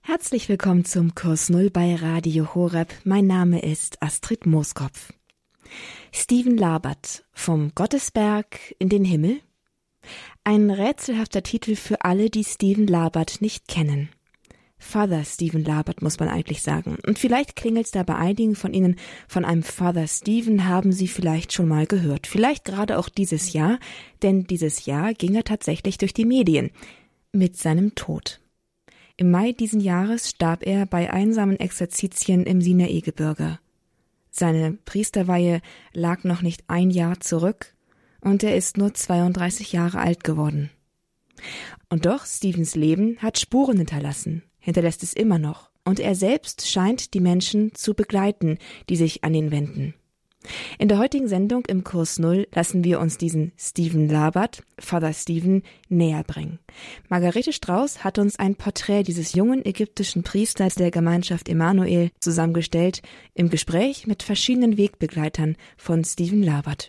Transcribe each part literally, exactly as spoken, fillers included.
Herzlich willkommen zum Kurs Null bei Radio Horeb. Mein Name ist Astrid Mooskopf. Stephen Labert, vom Gottesberg in den Himmel. Ein rätselhafter Titel für alle, die Stephen Labert nicht kennen. Father Stephen Labert muss man eigentlich sagen. Und vielleicht klingelt es da bei einigen von Ihnen, von einem Father Stephen haben Sie vielleicht schon mal gehört. Vielleicht gerade auch dieses Jahr, denn dieses Jahr ging er tatsächlich durch die Medien mit seinem Tod. Im Mai diesen Jahres starb er bei einsamen Exerzitien im Sinai-Gebirge. Seine Priesterweihe lag noch nicht ein Jahr zurück und er ist nur zweiunddreißig Jahre alt geworden. Und doch, Stephens Leben hat Spuren hinterlassen, hinterlässt es immer noch, und er selbst scheint die Menschen zu begleiten, die sich an ihn wenden. In der heutigen Sendung im Kurs Null lassen wir uns diesen Stephen Labert, Father Stephen, näher bringen. Margarete Strauß hat uns ein Porträt dieses jungen ägyptischen Priesters der Gemeinschaft Emanuel zusammengestellt, im Gespräch mit verschiedenen Wegbegleitern von Stephen Labert.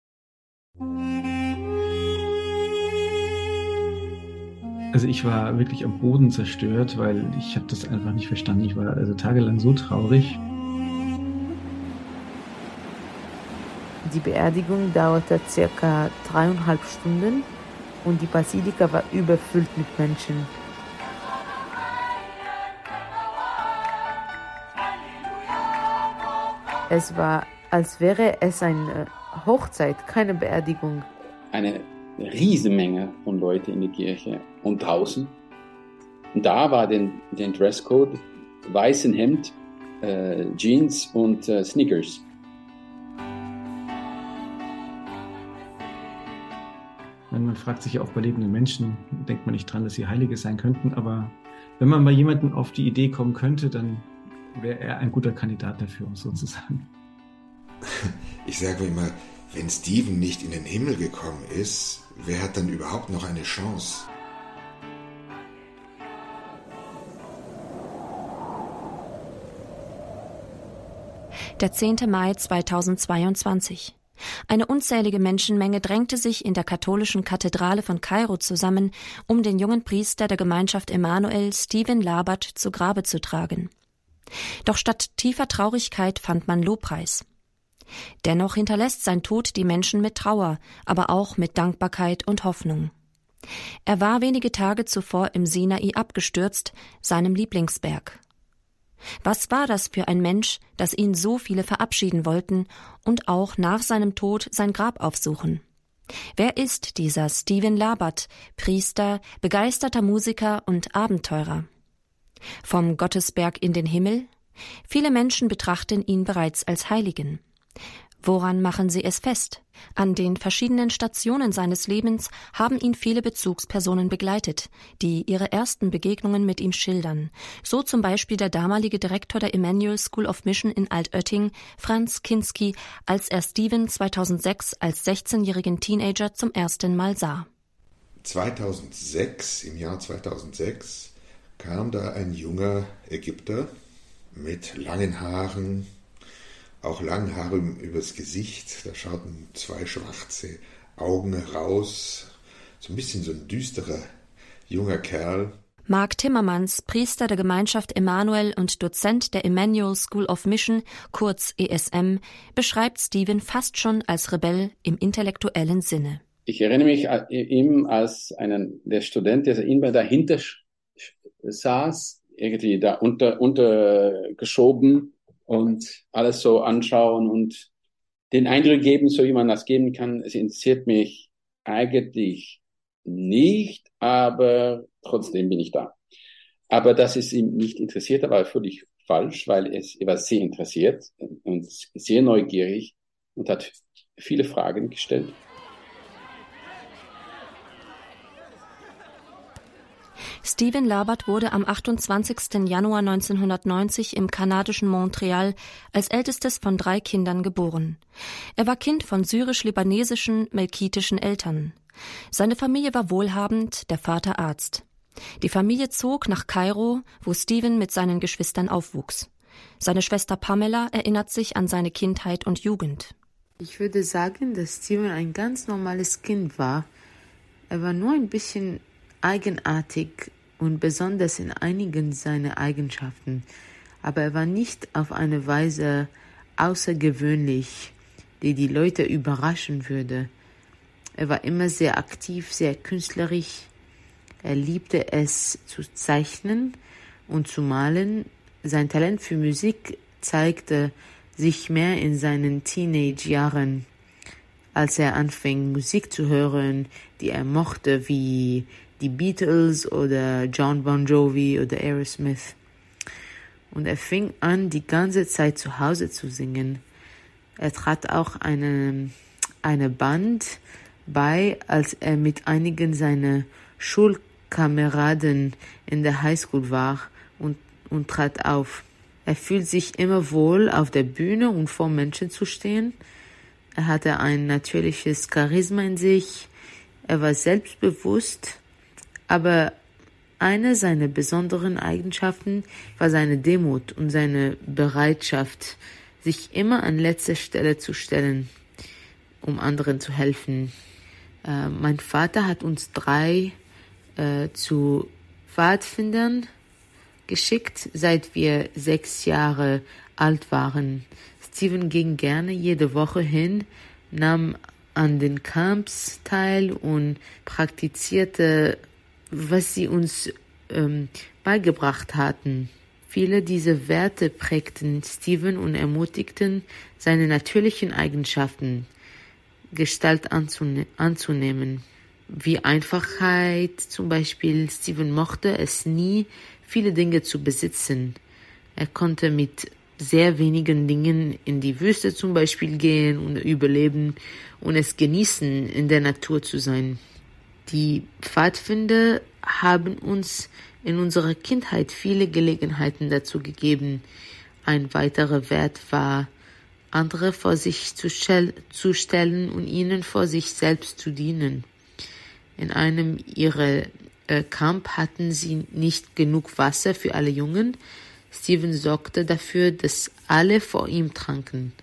Also ich war wirklich am Boden zerstört, weil ich habe das einfach nicht verstanden. Ich war also tagelang so traurig. Die Beerdigung dauerte circa dreieinhalb Stunden und die Basilika war überfüllt mit Menschen. Es war, als wäre es eine Hochzeit, keine Beerdigung. Eine Riesenmenge von Leuten in der Kirche und draußen. Und da war den, den Dresscode, weißen Hemd, äh, Jeans und äh, Sneakers. Man fragt sich ja auch bei lebenden Menschen, denkt man nicht dran, dass sie Heilige sein könnten, aber wenn man bei jemandem auf die Idee kommen könnte, dann wäre er ein guter Kandidat dafür, um so zu sagen. Ich sage mir immer, wenn Stephen nicht in den Himmel gekommen ist, wer hat dann überhaupt noch eine Chance? Der zehnte Mai zweitausendzweiundzwanzig. Eine unzählige Menschenmenge drängte sich in der katholischen Kathedrale von Kairo zusammen, um den jungen Priester der Gemeinschaft Emanuel, Stephen Labert, zu Grabe zu tragen. Doch statt tiefer Traurigkeit fand man Lobpreis. Dennoch hinterlässt sein Tod die Menschen mit Trauer, aber auch mit Dankbarkeit und Hoffnung. Er war wenige Tage zuvor im Sinai abgestürzt, seinem Lieblingsberg. Was war das für ein Mensch, dass ihn so viele verabschieden wollten und auch nach seinem Tod sein Grab aufsuchen? Wer ist dieser Stephen Labert, Priester, begeisterter Musiker und Abenteurer? Vom Gottesberg in den Himmel? Viele Menschen betrachten ihn bereits als Heiligen. Woran machen sie es fest? An den verschiedenen Stationen seines Lebens haben ihn viele Bezugspersonen begleitet, die ihre ersten Begegnungen mit ihm schildern. So zum Beispiel der damalige Direktor der Emmanuel School of Mission in Altötting, Franz Kinski, als er Stephen zweitausendsechs als sechzehnjährigen Teenager zum ersten Mal sah. zweitausendsechs, im Jahr zweitausendsechs, kam da ein junger Ägypter mit langen Haaren, auch lange Haare übers Gesicht, da schauten zwei schwarze Augen heraus, so ein bisschen so ein düsterer junger Kerl. Mark Timmermans, Priester der Gemeinschaft Emanuel und Dozent der Emmanuel School of Mission, kurz E S M, beschreibt Stephen fast schon als Rebell im intellektuellen Sinne. Ich erinnere mich an ihm als einen der Student, der immer dahinter saß, irgendwie da unter, untergeschoben, und alles so anschauen und den Eindruck geben, so wie man das geben kann. Es interessiert mich eigentlich nicht, aber trotzdem bin ich da. Aber dass es ihn nicht interessiert, war völlig falsch, weil es, er war sehr interessiert und sehr neugierig und hat viele Fragen gestellt. Stephen Labert wurde am achtundzwanzigsten Januar neunzehnhundertneunzig im kanadischen Montreal als ältestes von drei Kindern geboren. Er war Kind von syrisch-libanesischen, melkitischen Eltern. Seine Familie war wohlhabend, der Vater Arzt. Die Familie zog nach Kairo, wo Stephen mit seinen Geschwistern aufwuchs. Seine Schwester Pamela erinnert sich an seine Kindheit und Jugend. Ich würde sagen, dass Stephen ein ganz normales Kind war. Er war nur ein bisschen eigenartig und besonders in einigen seiner Eigenschaften, aber er war nicht auf eine Weise außergewöhnlich, die die Leute überraschen würde. Er war immer sehr aktiv, sehr künstlerisch. Er liebte es zu zeichnen und zu malen. Sein Talent für Musik zeigte sich mehr in seinen Teenage-Jahren, als er anfing, Musik zu hören, die er mochte, wie die Beatles oder John Bon Jovi oder Aerosmith. Und er fing an, die ganze Zeit zu Hause zu singen. Er trat auch eine, eine Band bei, als er mit einigen seiner Schulkameraden in der Highschool war und, und trat auf. Er fühlt sich immer wohl, auf der Bühne und vor Menschen zu stehen. Er hatte ein natürliches Charisma in sich. Er war selbstbewusst, aber eine seiner besonderen Eigenschaften war seine Demut und seine Bereitschaft, sich immer an letzter Stelle zu stellen, um anderen zu helfen. Äh, mein Vater hat uns drei äh, zu Pfadfindern geschickt, seit wir sechs Jahre alt waren. Steven ging gerne jede Woche hin, nahm an den Camps teil und praktizierte, was sie uns ähm, beigebracht hatten. Viele dieser Werte prägten Steven und ermutigten, seine natürlichen Eigenschaften Gestalt anzune- anzunehmen, wie Einfachheit zum Beispiel. Steven mochte es nie, viele Dinge zu besitzen. Er konnte mit sehr wenigen Dingen in die Wüste zum Beispiel gehen und überleben und es genießen, in der Natur zu sein. Die Pfadfinder haben uns in unserer Kindheit viele Gelegenheiten dazu gegeben. Ein weiterer Wert war, andere vor sich zu, stell- zu stellen und ihnen vor sich selbst zu dienen. In einem ihrer äh, Camp hatten sie nicht genug Wasser für alle Jungen. Steven sorgte dafür, dass alle vor ihm tranken.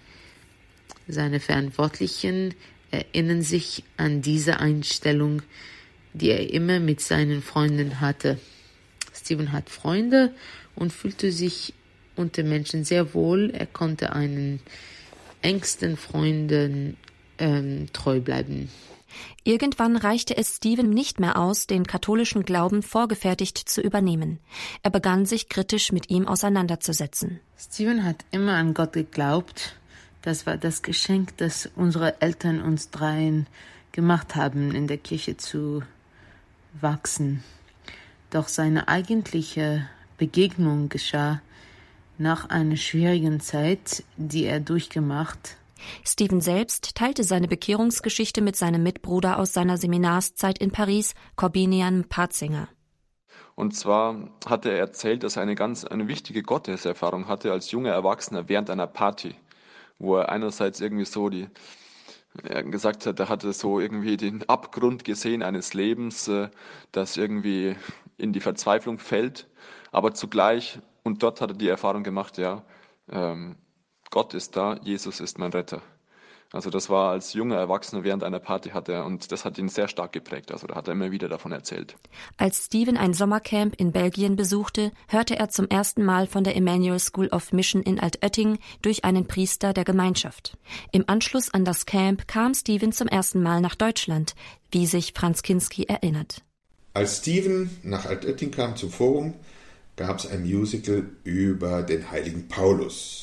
Seine Verantwortlichen erinnern sich an diese Einstellung, die er immer mit seinen Freunden hatte. Steven hat Freunde und fühlte sich unter Menschen sehr wohl. Er konnte einen engsten Freunden ähm, treu bleiben. Irgendwann reichte es Steven nicht mehr aus, den katholischen Glauben vorgefertigt zu übernehmen. Er begann sich kritisch mit ihm auseinanderzusetzen. Steven hat immer an Gott geglaubt. Das war das Geschenk, das unsere Eltern uns dreien gemacht haben, in der Kirche zu wachsen. Doch seine eigentliche Begegnung geschah nach einer schwierigen Zeit, die er durchgemacht. Steven selbst teilte seine Bekehrungsgeschichte mit seinem Mitbruder aus seiner Seminarszeit in Paris, Corbinian Patzinger. Und zwar hatte er erzählt, dass er eine ganz eine wichtige Gotteserfahrung hatte als junger Erwachsener während einer Party, wo er einerseits irgendwie so die er gesagt hat, er hatte so irgendwie den Abgrund gesehen eines Lebens, das irgendwie in die Verzweiflung fällt, aber zugleich, und dort hat er die Erfahrung gemacht, ja, ähm, Gott ist da, Jesus ist mein Retter. Also das war als junger Erwachsener während einer Party hat er, und das hat ihn sehr stark geprägt. Also da hat er immer wieder davon erzählt. Als Steven ein Sommercamp in Belgien besuchte, hörte er zum ersten Mal von der Emmanuel School of Mission in Altötting durch einen Priester der Gemeinschaft. Im Anschluss an das Camp kam Steven zum ersten Mal nach Deutschland, wie sich Franz Kinski erinnert. Als Steven nach Altötting kam zum Forum, gab es ein Musical über den heiligen Paulus.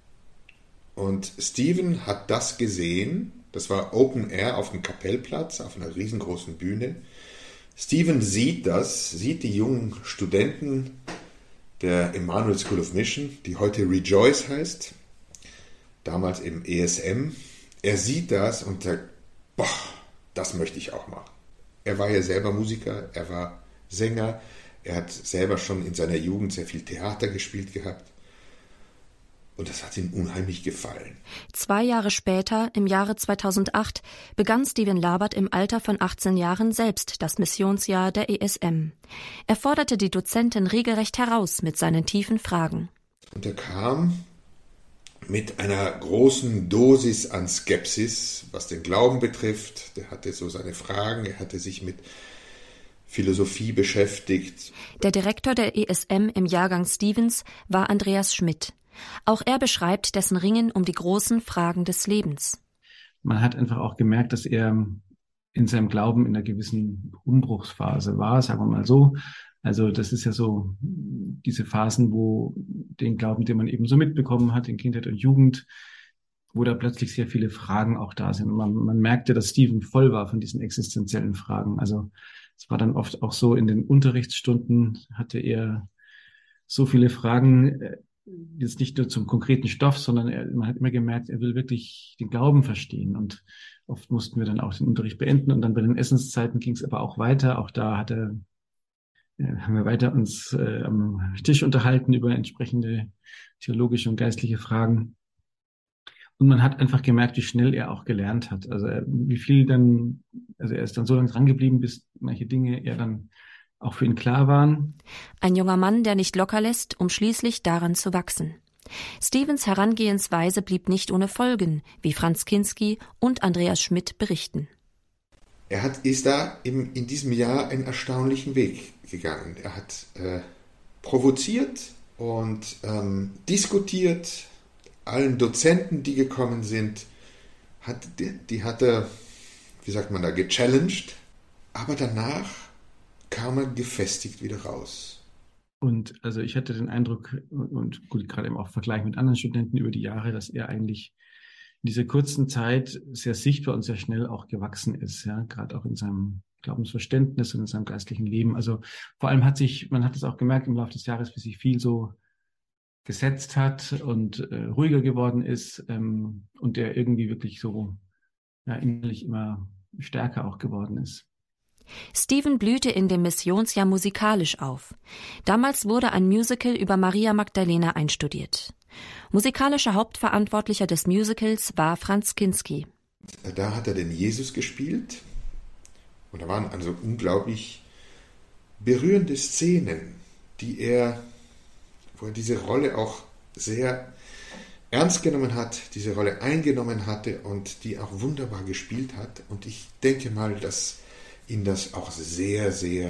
Und Steven hat das gesehen, das war Open Air auf dem Kapellplatz, auf einer riesengroßen Bühne. Steven sieht das, sieht die jungen Studenten der Emmanuel School of Mission, die heute Rejoice heißt, damals im E S M. Er sieht das und sagt, boah, das möchte ich auch machen. Er war ja selber Musiker, er war Sänger, er hat selber schon in seiner Jugend sehr viel Theater gespielt gehabt. Und das hat ihm unheimlich gefallen. Zwei Jahre später, im Jahre zweitausendacht, begann Steven Labert im Alter von achtzehn Jahren selbst das Missionsjahr der E S M. Er forderte die Dozenten regelrecht heraus mit seinen tiefen Fragen. Und er kam mit einer großen Dosis an Skepsis, was den Glauben betrifft. Der hatte so seine Fragen, er hatte sich mit Philosophie beschäftigt. Der Direktor der E S M im Jahrgang Stevens war Andreas Schmidt. Auch er beschreibt dessen Ringen um die großen Fragen des Lebens. Man hat einfach auch gemerkt, dass er in seinem Glauben in einer gewissen Umbruchsphase war, sagen wir mal so. Also das ist ja so diese Phasen, wo den Glauben, den man eben so mitbekommen hat in Kindheit und Jugend, wo da plötzlich sehr viele Fragen auch da sind. Und man, man merkte, dass Stephen voll war von diesen existenziellen Fragen. Also es war dann oft auch so, in den Unterrichtsstunden hatte er so viele Fragen, jetzt nicht nur zum konkreten Stoff, sondern er, man hat immer gemerkt, er will wirklich den Glauben verstehen. Und oft mussten wir dann auch den Unterricht beenden. Und dann bei den Essenszeiten ging es aber auch weiter. Auch da hat er, äh, haben wir weiter uns äh, am Tisch unterhalten über entsprechende theologische und geistliche Fragen. Und man hat einfach gemerkt, wie schnell er auch gelernt hat. Also er, wie viel dann, also er ist dann so lange dran geblieben, bis manche Dinge er dann auch für ihn klar waren. Ein junger Mann, der nicht locker lässt, um schließlich daran zu wachsen. Stevens Herangehensweise blieb nicht ohne Folgen, wie Franz Kinski und Andreas Schmidt berichten. Er hat, ist da im, in diesem Jahr einen erstaunlichen Weg gegangen. Er hat äh, provoziert und ähm, diskutiert. Allen Dozenten, die gekommen sind, hat, die, die hat er, wie sagt man da, gechallenged. Aber danach kam er gefestigt wieder raus. Und also ich hatte den Eindruck, und gut, gerade im auch Vergleich mit anderen Studenten über die Jahre, dass er eigentlich in dieser kurzen Zeit sehr sichtbar und sehr schnell auch gewachsen ist, ja, gerade auch in seinem Glaubensverständnis und in seinem geistlichen Leben. Also vor allem hat sich, man hat es auch gemerkt im Laufe des Jahres, wie sich viel so gesetzt hat und äh, ruhiger geworden ist ähm, und der irgendwie wirklich so ja, innerlich immer stärker auch geworden ist. Stephen blühte in dem Missionsjahr musikalisch auf. Damals wurde ein Musical über Maria Magdalena einstudiert. Musikalischer Hauptverantwortlicher des Musicals war Franz Kinski. Da hat er den Jesus gespielt und da waren also unglaublich berührende Szenen, die er, wo er diese Rolle auch sehr ernst genommen hat, diese Rolle eingenommen hatte und die auch wunderbar gespielt hat. Und ich denke mal, dass ihn das auch sehr, sehr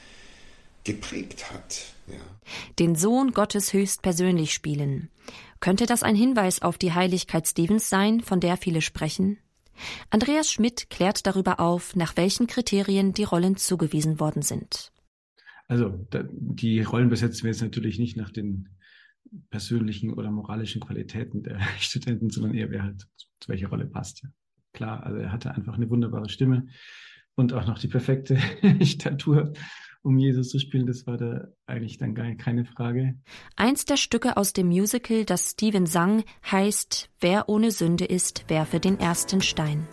geprägt hat. Ja. Den Sohn Gottes höchstpersönlich spielen. Könnte das ein Hinweis auf die Heiligkeit Stephens sein, von der viele sprechen? Andreas Schmidt klärt darüber auf, nach welchen Kriterien die Rollen zugewiesen worden sind. Also da, die Rollen besetzen wir jetzt natürlich nicht nach den persönlichen oder moralischen Qualitäten der Studenten, sondern eher, wer halt zu welcher Rolle passt. Ja. Klar, also er hatte einfach eine wunderbare Stimme. Und auch noch die perfekte Statur, um Jesus zu spielen, das war da eigentlich dann gar keine Frage. Eins der Stücke aus dem Musical, das Stephen sang, heißt »Wer ohne Sünde ist, werfe den ersten Stein«.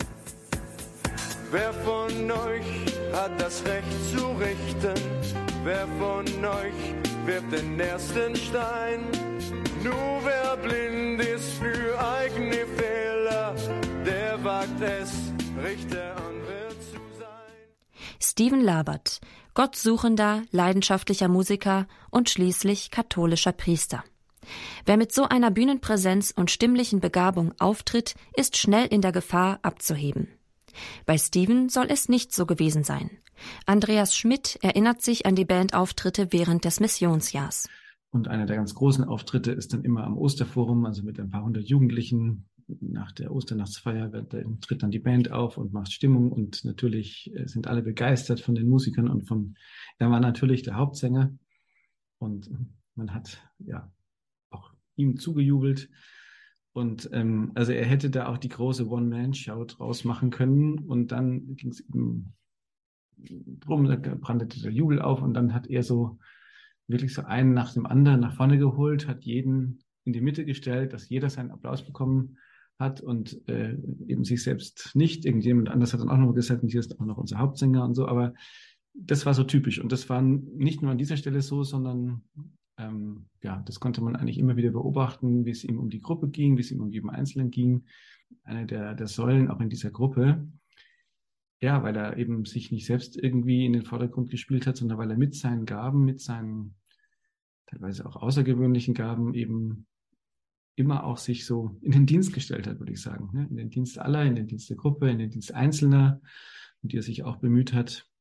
Wer von euch hat das Recht zu richten? Wer von euch wirft den ersten Stein? Nur wer blind ist für eigene Fehler, der wagt es, Richter an. Stephen Labert, gottsuchender, leidenschaftlicher Musiker und schließlich katholischer Priester. Wer mit so einer Bühnenpräsenz und stimmlichen Begabung auftritt, ist schnell in der Gefahr, abzuheben. Bei Stephen soll es nicht so gewesen sein. Andreas Schmidt erinnert sich an die Bandauftritte während des Missionsjahrs. Und einer der ganz großen Auftritte ist dann immer am Osterforum, also mit ein paar hundert Jugendlichen. Nach der Osternachtsfeier wird, tritt dann die Band auf und macht Stimmung und natürlich sind alle begeistert von den Musikern und von, er war natürlich der Hauptsänger und man hat ja auch ihm zugejubelt und ähm, also er hätte da auch die große One-Man-Show draus machen können und dann ging es eben drum, da brandete der Jubel auf und dann hat er so wirklich so einen nach dem anderen nach vorne geholt, hat jeden in die Mitte gestellt, dass jeder seinen Applaus bekommen hat und äh, eben sich selbst nicht. Irgendjemand anders hat dann auch noch gesagt, und hier ist auch noch unser Hauptsänger und so, aber das war so typisch und das war nicht nur an dieser Stelle so, sondern ähm, ja, das konnte man eigentlich immer wieder beobachten, wie es ihm um die Gruppe ging, wie es ihm um jeden Einzelnen ging. Eine der, der Säulen auch in dieser Gruppe, ja, weil er eben sich nicht selbst irgendwie in den Vordergrund gespielt hat, sondern weil er mit seinen Gaben, mit seinen teilweise auch außergewöhnlichen Gaben eben immer auch sich so in den Dienst gestellt hat, würde ich sagen. Ne? In den Dienst aller, in den Dienst der Gruppe, in den Dienst Einzelner, um die er sich auch bemüht hat.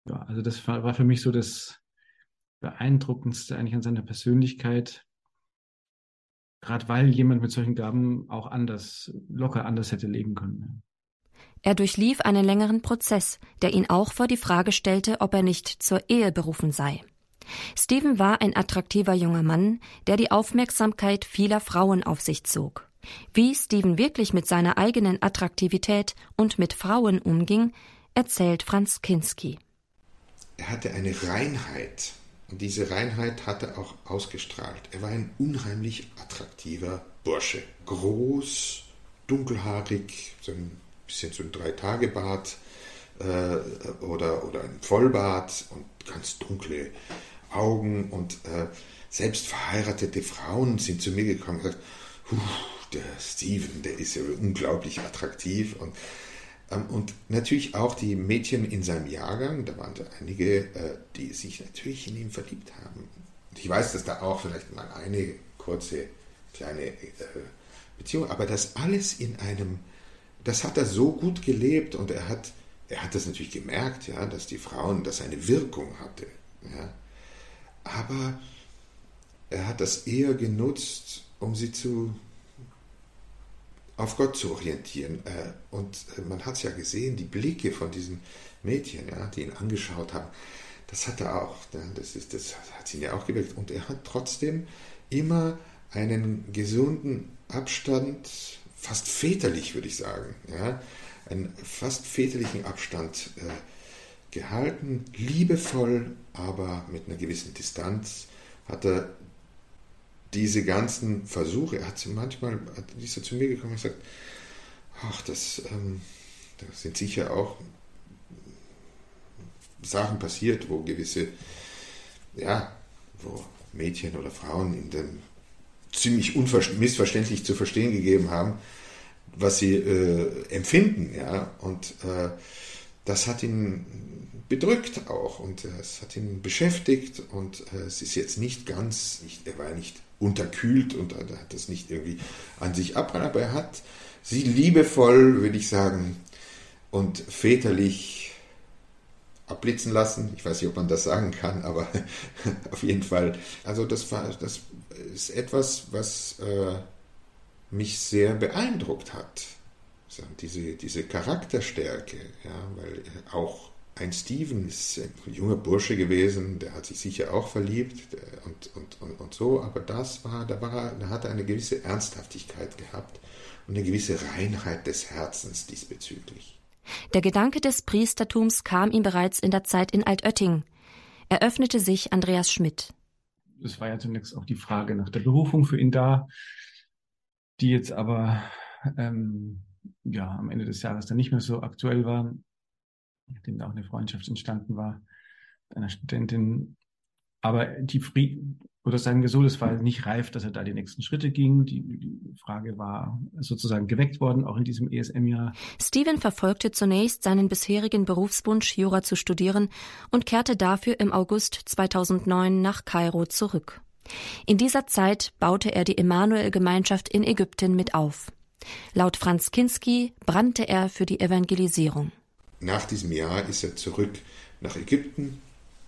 Ja, also das war, war für mich so das Beeindruckendste eigentlich an seiner Persönlichkeit, gerade weil jemand mit solchen Gaben auch anders, locker anders hätte leben können. Er durchlief einen längeren Prozess, der ihn auch vor die Frage stellte, ob er nicht zur Ehe berufen sei. Stephen war ein attraktiver junger Mann, der die Aufmerksamkeit vieler Frauen auf sich zog. Wie Stephen wirklich mit seiner eigenen Attraktivität und mit Frauen umging, erzählt Franz Kinski. Er hatte eine Reinheit und diese Reinheit hat er auch ausgestrahlt. Er war ein unheimlich attraktiver Bursche. Groß, dunkelhaarig, so ein bisschen so ein Drei-Tage-Bart äh, oder, oder ein Vollbart und ganz dunkle Augen. Und äh, selbst verheiratete Frauen sind zu mir gekommen und gesagt, der Stephen, der ist ja unglaublich attraktiv. Und, ähm, und natürlich auch die Mädchen in seinem Jahrgang, da waren da einige, äh, die sich natürlich in ihn verliebt haben. Und ich weiß, dass da auch vielleicht mal eine kurze, kleine äh, Beziehung, aber das alles in einem, das hat er so gut gelebt und er hat, er hat das natürlich gemerkt, ja, dass die Frauen, dass eine Wirkung hatte. Ja. Aber er hat das eher genutzt, um sie zu auf Gott zu orientieren. Und man hat es ja gesehen, die Blicke von diesen Mädchen, ja, die ihn angeschaut haben, das hat er auch, das, ist, das hat ihn ja auch gewirkt. Und er hat trotzdem immer einen gesunden Abstand, fast väterlich würde ich sagen, ja, einen fast väterlichen Abstand äh, gehalten, liebevoll, aber mit einer gewissen Distanz hat er diese ganzen Versuche, er hat sie manchmal, hat, ist er zu mir gekommen und gesagt, ach, das, ähm, das sind sicher auch Sachen passiert, wo gewisse, ja, wo Mädchen oder Frauen in dem ziemlich missverständlich zu verstehen gegeben haben, was sie äh, empfinden, ja, und äh, das hat ihn bedrückt auch und es hat ihn beschäftigt und äh, es ist jetzt nicht ganz, nicht, er war nicht unterkühlt und er hat das nicht irgendwie an sich abgehalten, aber er hat sie liebevoll, würde ich sagen, und väterlich abblitzen lassen. Ich weiß nicht, ob man das sagen kann, aber auf jeden Fall. Also das war, das ist etwas, was äh, mich sehr beeindruckt hat. Diese, diese Charakterstärke, ja, weil auch ein Stephen ist ein junger Bursche gewesen, der hat sich sicher auch verliebt und, und, und, und so, aber das war, da war, da hat er eine gewisse Ernsthaftigkeit gehabt und eine gewisse Reinheit des Herzens diesbezüglich. Der Gedanke des Priestertums kam ihm bereits in der Zeit in Altötting. Er öffnete sich Andreas Schmidt. Es war ja zunächst auch die Frage nach der Berufung für ihn da, die jetzt aber ähm, ja, am Ende des Jahres dann nicht mehr so aktuell war, nachdem da auch eine Freundschaft entstanden war mit einer Studentin. Aber die Fried, oder sagen wir so, das war nicht reif, dass er da die nächsten Schritte ging. Die, die Frage war sozusagen geweckt worden, auch in diesem E S M-Jahr. Stephen verfolgte zunächst seinen bisherigen Berufswunsch, Jura zu studieren, und kehrte dafür im August zweitausendneun nach Kairo zurück. In dieser Zeit baute er die Emanuel-Gemeinschaft in Ägypten mit auf. Laut Franz Kinski brannte er für die Evangelisierung. Nach diesem Jahr ist er zurück nach Ägypten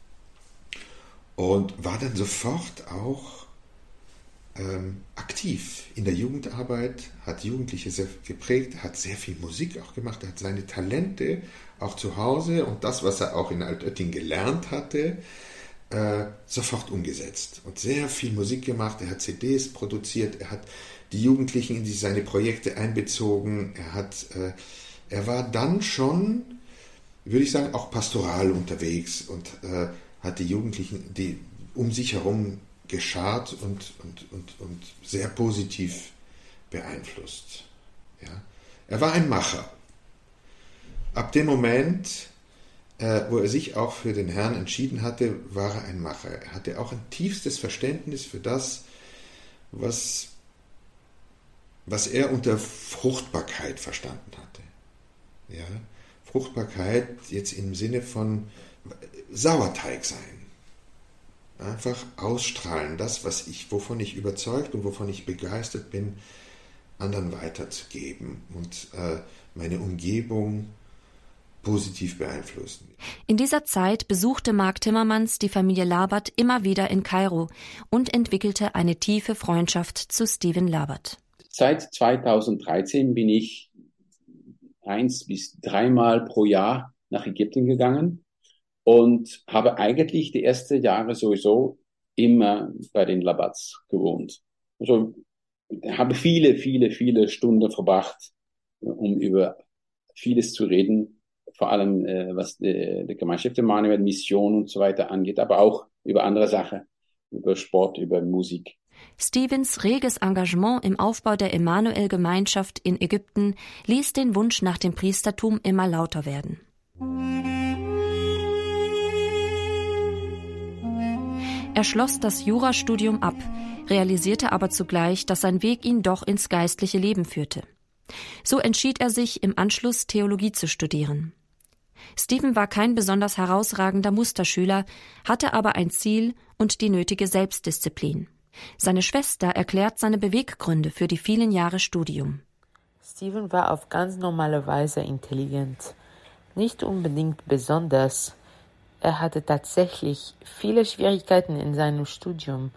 und war dann sofort auch ähm, aktiv in der Jugendarbeit, hat Jugendliche sehr geprägt, hat sehr viel Musik auch gemacht, hat seine Talente auch zu Hause und das, was er auch in Altötting gelernt hatte, äh, sofort umgesetzt und sehr viel Musik gemacht. Er hat C Ds produziert, er hat die Jugendlichen in seine Projekte einbezogen, er hat, äh, er war dann schon, würde ich sagen, auch pastoral unterwegs und äh, hat die Jugendlichen, die um sich herum geschart und, und, und, und sehr positiv beeinflusst. Ja. Er war ein Macher. Ab dem Moment, äh, wo er sich auch für den Herrn entschieden hatte, war er ein Macher. Er hatte auch ein tiefstes Verständnis für das, was, was er unter Fruchtbarkeit verstanden hatte. Ja. Fruchtbarkeit jetzt im Sinne von Sauerteig sein. Einfach ausstrahlen, das, was ich, wovon ich überzeugt und wovon ich begeistert bin, anderen weiterzugeben und äh, meine Umgebung positiv beeinflussen. In dieser Zeit besuchte Mark Timmermans die Familie Labat immer wieder in Kairo und entwickelte eine tiefe Freundschaft zu Stephen Labat. Seit zweitausenddreizehn bin ich eins bis dreimal pro Jahr nach Ägypten gegangen und habe eigentlich die ersten Jahre sowieso immer bei den Labats gewohnt. Also habe viele, viele, viele Stunden verbracht, um über vieles zu reden, vor allem äh, was die, die Gemeinschaft Emanuel, Mission und so weiter angeht, aber auch über andere Sachen, über Sport, über Musik. Stephens reges Engagement im Aufbau der Emanuel-Gemeinschaft in Ägypten ließ den Wunsch nach dem Priestertum immer lauter werden. Er schloss das Jurastudium ab, realisierte aber zugleich, dass sein Weg ihn doch ins geistliche Leben führte. So entschied er sich, im Anschluss Theologie zu studieren. Stephen war kein besonders herausragender Musterschüler, hatte aber ein Ziel und die nötige Selbstdisziplin. Seine Schwester erklärt seine Beweggründe für die vielen Jahre Studium. Stephen war auf ganz normale Weise intelligent, nicht unbedingt besonders. Er hatte tatsächlich viele Schwierigkeiten in seinem Studium.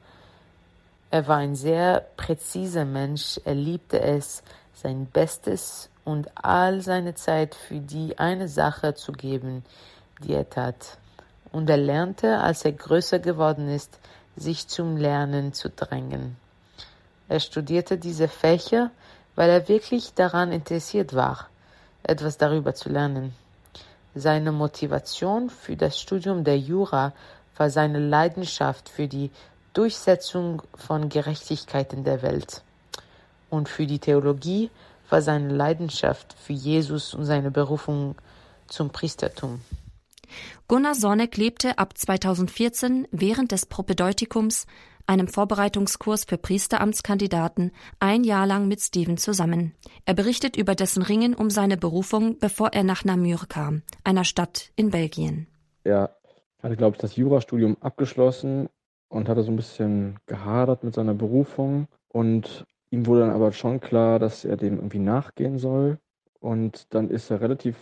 Er war ein sehr präziser Mensch, er liebte es, sein Bestes und all seine Zeit für die eine Sache zu geben, die er tat. Und er lernte, als er größer geworden ist, sich zum Lernen zu drängen. Er studierte diese Fächer, weil er wirklich daran interessiert war, etwas darüber zu lernen. Seine Motivation für das Studium der Jura war seine Leidenschaft für die Durchsetzung von Gerechtigkeit in der Welt. Und für die Theologie war seine Leidenschaft für Jesus und seine Berufung zum Priestertum. Gunnar Sorneck lebte ab zweitausendvierzehn während des Propedeutikums, einem Vorbereitungskurs für Priesteramtskandidaten, ein Jahr lang mit Stephen zusammen. Er berichtet über dessen Ringen um seine Berufung, bevor er nach Namur kam, einer Stadt in Belgien. Er hatte, glaube ich, das Jurastudium abgeschlossen und hatte so ein bisschen gehadert mit seiner Berufung. Und ihm wurde dann aber schon klar, dass er dem irgendwie nachgehen soll. Und dann ist er relativ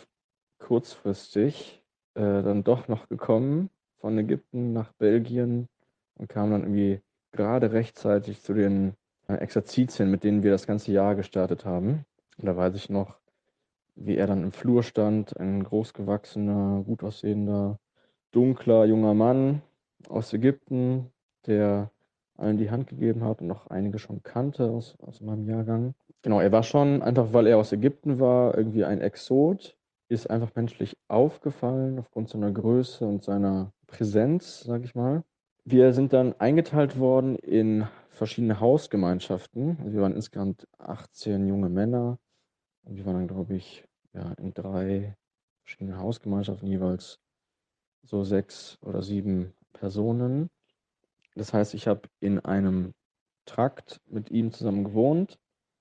kurzfristig äh, dann doch noch gekommen von Ägypten nach Belgien und kam dann irgendwie gerade rechtzeitig zu den äh, Exerzitien, mit denen wir das ganze Jahr gestartet haben. Und da weiß ich noch, wie er dann im Flur stand, ein großgewachsener, gut aussehender, dunkler, junger Mann aus Ägypten, der allen die Hand gegeben hat und noch einige schon kannte aus, aus meinem Jahrgang. Genau, er war schon, einfach weil er aus Ägypten war, irgendwie ein Exot, ist einfach menschlich aufgefallen aufgrund seiner Größe und seiner Präsenz, sag ich mal. Wir sind dann eingeteilt worden in verschiedene Hausgemeinschaften. Also wir waren insgesamt achtzehn junge Männer und wir waren dann, glaube ich, ja, in drei verschiedenen Hausgemeinschaften jeweils so sechs oder sieben Personen. Das heißt, ich habe in einem Trakt mit ihm zusammen gewohnt.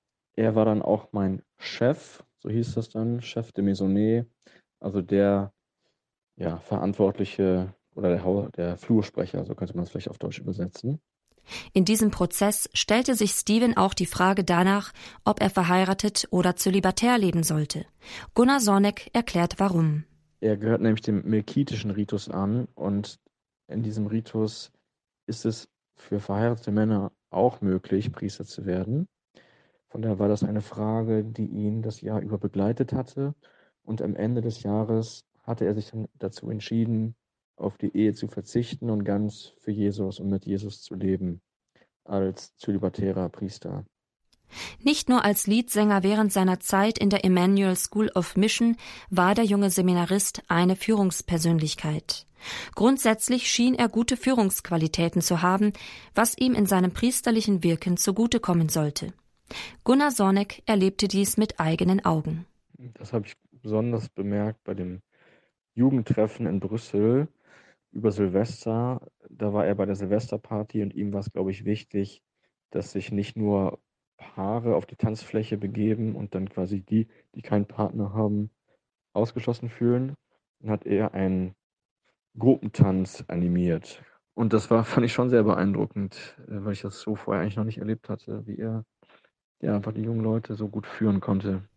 Er war dann auch mein Chef, so hieß das dann, Chef de Maisonnée, also der ja, Verantwortliche oder der, der Flursprecher, so könnte man es vielleicht auf Deutsch übersetzen. In diesem Prozess stellte sich Stephen auch die Frage danach, ob er verheiratet oder zölibatär leben sollte. Gunnar Sorneck erklärt warum. Er gehört nämlich dem melkitischen Ritus an und in diesem Ritus ist es für verheiratete Männer auch möglich, Priester zu werden. Von daher war das eine Frage, die ihn das Jahr über begleitet hatte. Und am Ende des Jahres hatte er sich dann dazu entschieden, auf die Ehe zu verzichten und ganz für Jesus und mit Jesus zu leben, als zölibatärer Priester. Nicht nur als Liedsänger während seiner Zeit in der Emmanuel School of Mission war der junge Seminarist eine Führungspersönlichkeit. Grundsätzlich schien er gute Führungsqualitäten zu haben, was ihm in seinem priesterlichen Wirken zugutekommen sollte. Gunnar Sorneck erlebte dies mit eigenen Augen. Das habe ich besonders bemerkt bei dem Jugendtreffen in Brüssel über Silvester. Da war er bei der Silvesterparty und ihm war es, glaube ich, wichtig, dass sich nicht nur Paare auf die Tanzfläche begeben und dann quasi die, die keinen Partner haben, ausgeschlossen fühlen. Dann hat er einen Gruppentanz animiert. Und das war, fand ich schon sehr beeindruckend, weil ich das so vorher eigentlich noch nicht erlebt hatte, wie er ja einfach die jungen Leute so gut führen konnte.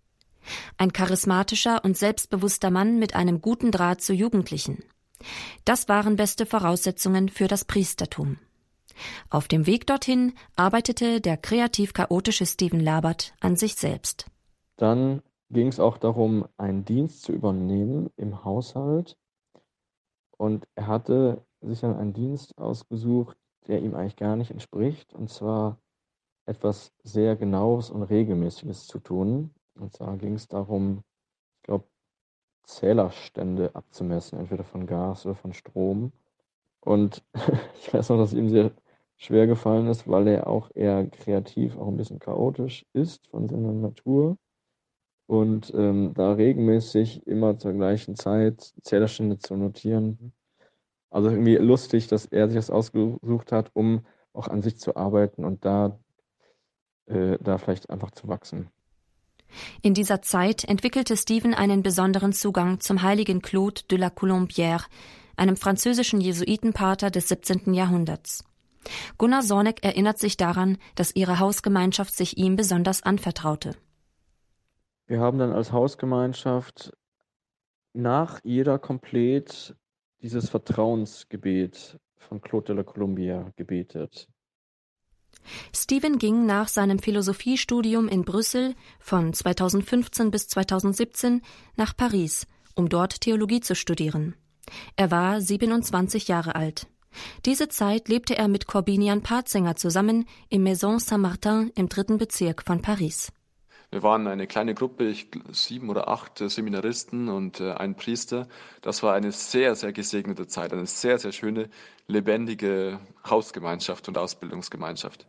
Ein charismatischer und selbstbewusster Mann mit einem guten Draht zu Jugendlichen. Das waren beste Voraussetzungen für das Priestertum. Auf dem Weg dorthin arbeitete der kreativ-chaotische Stephen Labert an sich selbst. Dann ging es auch darum, einen Dienst zu übernehmen im Haushalt. Und er hatte sich dann einen Dienst ausgesucht, der ihm eigentlich gar nicht entspricht. Und zwar etwas sehr Genaues und Regelmäßiges zu tun. Und zwar ging es darum, ich glaube, Zählerstände abzumessen, entweder von Gas oder von Strom. Und ich weiß noch, dass es ihm sehr schwer gefallen ist, weil er auch eher kreativ, auch ein bisschen chaotisch ist von seiner Natur. Und ähm, da regelmäßig immer zur gleichen Zeit Zählerstände zu notieren. Also irgendwie lustig, dass er sich das ausgesucht hat, um auch an sich zu arbeiten und da, äh, da vielleicht einfach zu wachsen. In dieser Zeit entwickelte Stephen einen besonderen Zugang zum heiligen Claude de la Colombière, einem französischen Jesuitenpater des siebzehnten Jahrhunderts. Gunnar Sorneck erinnert sich daran, dass ihre Hausgemeinschaft sich ihm besonders anvertraute. Wir haben dann als Hausgemeinschaft nach jeder Komplett dieses Vertrauensgebet von Claude de la Colombière gebetet. Stephen ging nach seinem Philosophiestudium in Brüssel von zweitausendfünfzehn bis zweitausendsiebzehn nach Paris, um dort Theologie zu studieren. Er war siebenundzwanzig Jahre alt. Diese Zeit lebte er mit Corbinian Patzinger zusammen im Maison Saint-Martin im dritten Bezirk von Paris. Wir waren eine kleine Gruppe, ich, sieben oder acht Seminaristen und äh, ein Priester. Das war eine sehr, sehr gesegnete Zeit, eine sehr, sehr schöne, lebendige Hausgemeinschaft und Ausbildungsgemeinschaft.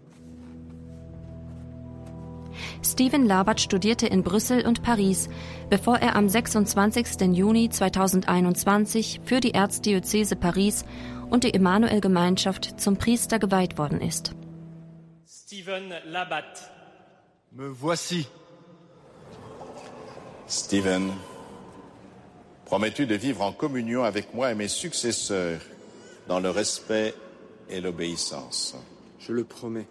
Stephen Labert studierte in Brüssel und Paris, bevor er am sechsundzwanzigsten Juni zweitausendeinundzwanzig für die Erzdiözese Paris und die Emanuel-Gemeinschaft zum Priester geweiht worden ist. Stephen Labert. Me voici. Stephen, promets-tu de vivre en communion avec moi et mes successeurs dans le respect et l'obéissance? Je le promets.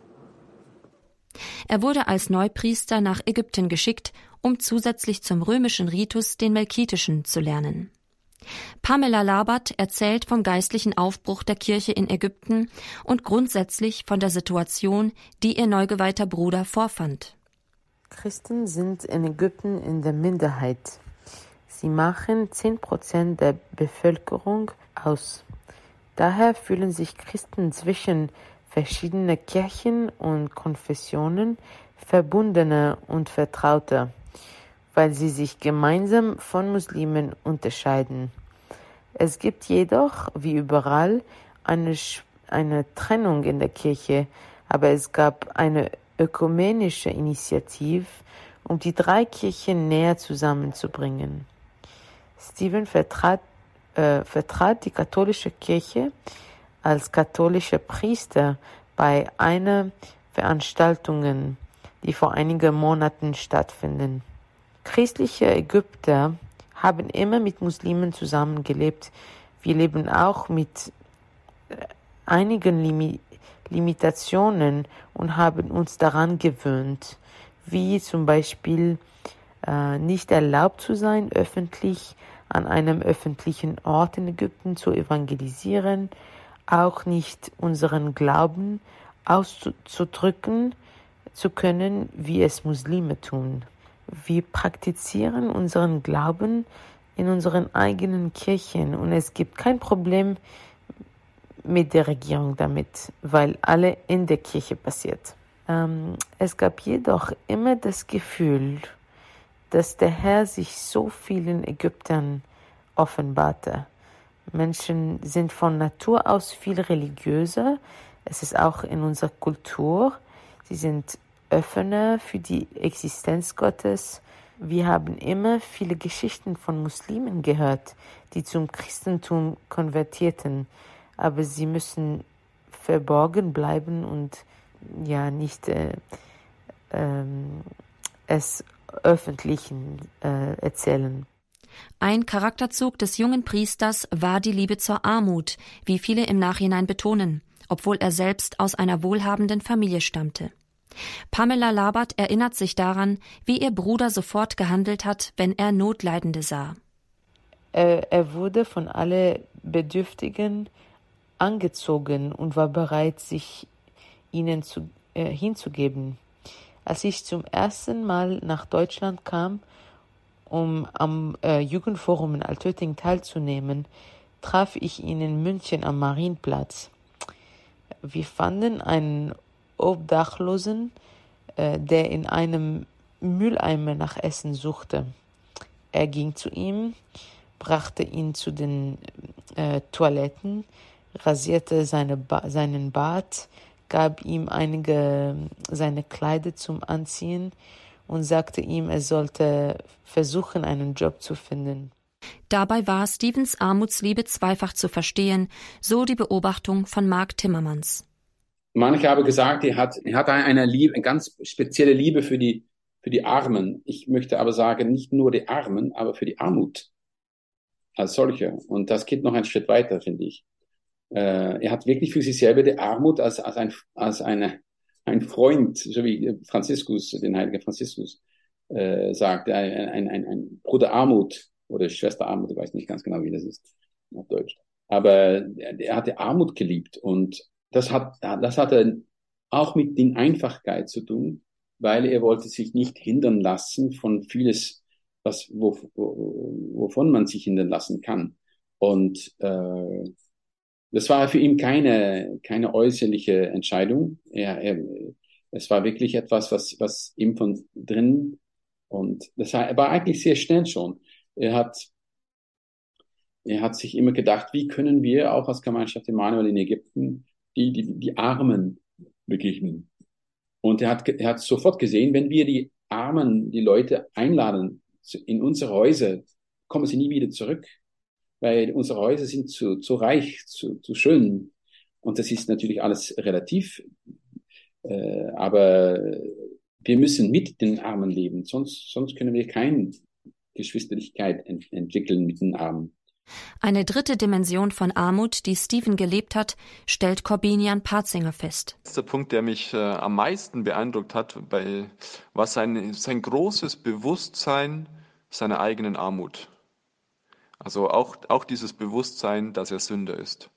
Er wurde als Neupriester nach Ägypten geschickt, um zusätzlich zum römischen Ritus den melkitischen zu lernen. Pamela Labert erzählt vom geistlichen Aufbruch der Kirche in Ägypten und grundsätzlich von der Situation, die ihr neugeweihter Bruder vorfand. Christen sind in Ägypten in der Minderheit. Sie machen zehn Prozent der Bevölkerung aus. Daher fühlen sich Christen zwischen verschiedenen Kirchen und Konfessionen verbundener und vertrauter, weil sie sich gemeinsam von Muslimen unterscheiden. Es gibt jedoch, wie überall, eine, eine Trennung in der Kirche, aber es gab eine ökumenische Initiative, um die drei Kirchen näher zusammenzubringen. Stephen vertrat, äh, vertrat die katholische Kirche als katholischer Priester bei einer Veranstaltung, die vor einigen Monaten stattfinden. Christliche Ägypter haben immer mit Muslimen zusammengelebt. Wir leben auch mit einigen Limitationen Limitationen und haben uns daran gewöhnt, wie zum Beispiel äh, nicht erlaubt zu sein, öffentlich an einem öffentlichen Ort in Ägypten zu evangelisieren, auch nicht unseren Glauben auszudrücken zu können, wie es Muslime tun. Wir praktizieren unseren Glauben in unseren eigenen Kirchen und es gibt kein Problem mit der Regierung damit, weil alle in der Kirche passiert. Ähm, es gab jedoch immer das Gefühl, dass der Herr sich so vielen Ägyptern offenbarte. Menschen sind von Natur aus viel religiöser. Es ist auch in unserer Kultur. Sie sind offener für die Existenz Gottes. Wir haben immer viele Geschichten von Muslimen gehört, die zum Christentum konvertierten. Aber sie müssen verborgen bleiben und ja nicht äh, ähm, es öffentlich äh, erzählen. Ein Charakterzug des jungen Priesters war die Liebe zur Armut, wie viele im Nachhinein betonen, obwohl er selbst aus einer wohlhabenden Familie stammte. Pamela Labat erinnert sich daran, wie ihr Bruder sofort gehandelt hat, wenn er Notleidende sah. Er, er wurde von allen Bedürftigen angezogen und war bereit, sich ihnen zu, äh, hinzugeben. Als ich zum ersten Mal nach Deutschland kam, um am äh, Jugendforum in Altötting teilzunehmen, traf ich ihn in München am Marienplatz. Wir fanden einen Obdachlosen, äh, der in einem Mülleimer nach Essen suchte. Er ging zu ihm, brachte ihn zu den äh, Toiletten, rasierte seine ba- seinen Bart, gab ihm einige seine Kleider zum Anziehen und sagte ihm, er sollte versuchen, einen Job zu finden. Dabei war Stevens Armutsliebe zweifach zu verstehen, so die Beobachtung von Mark Timmermans. Manche haben gesagt, er hat, er hat eine Liebe, eine ganz spezielle Liebe für die, für die Armen. Ich möchte aber sagen, nicht nur die Armen, aber für die Armut als solche. Und das geht noch einen Schritt weiter, finde ich. Äh, er hat wirklich für sich selber die Armut als, als ein, als eine, ein Freund, so wie Franziskus, den heiligen Franziskus, äh, sagt, ein, ein, ein, ein Bruder Armut oder Schwester Armut, ich weiß nicht ganz genau, wie das ist auf Deutsch. Aber er, er hat die Armut geliebt und das hat, das hatte auch mit der Einfachkeit zu tun, weil er wollte sich nicht hindern lassen von vieles, was, wo, wo, wovon man sich hindern lassen kann. Und äh, das war für ihn keine, keine äußerliche Entscheidung. Er, er, es war wirklich etwas, was, was ihm von drin, und das war, war eigentlich sehr schnell schon. Er hat, er hat sich immer gedacht, wie können wir auch als Gemeinschaft Emanuel in Ägypten die, die, die Armen begegnen. Und er hat, er hat sofort gesehen, wenn wir die Armen, die Leute einladen in unsere Häuser, kommen sie nie wieder zurück, weil unsere Häuser sind zu, zu reich, zu, zu schön. Und das ist natürlich alles relativ, äh, aber wir müssen mit den Armen leben, sonst, sonst können wir keine Geschwisterlichkeit ent- entwickeln mit den Armen. Eine dritte Dimension von Armut, die Stephen gelebt hat, stellt Korbinian Partzinger fest. Das ist der Punkt, der mich äh, am meisten beeindruckt hat, bei, war sein, sein großes Bewusstsein seiner eigenen Armut. Also auch, auch dieses Bewusstsein, dass er Sünder ist.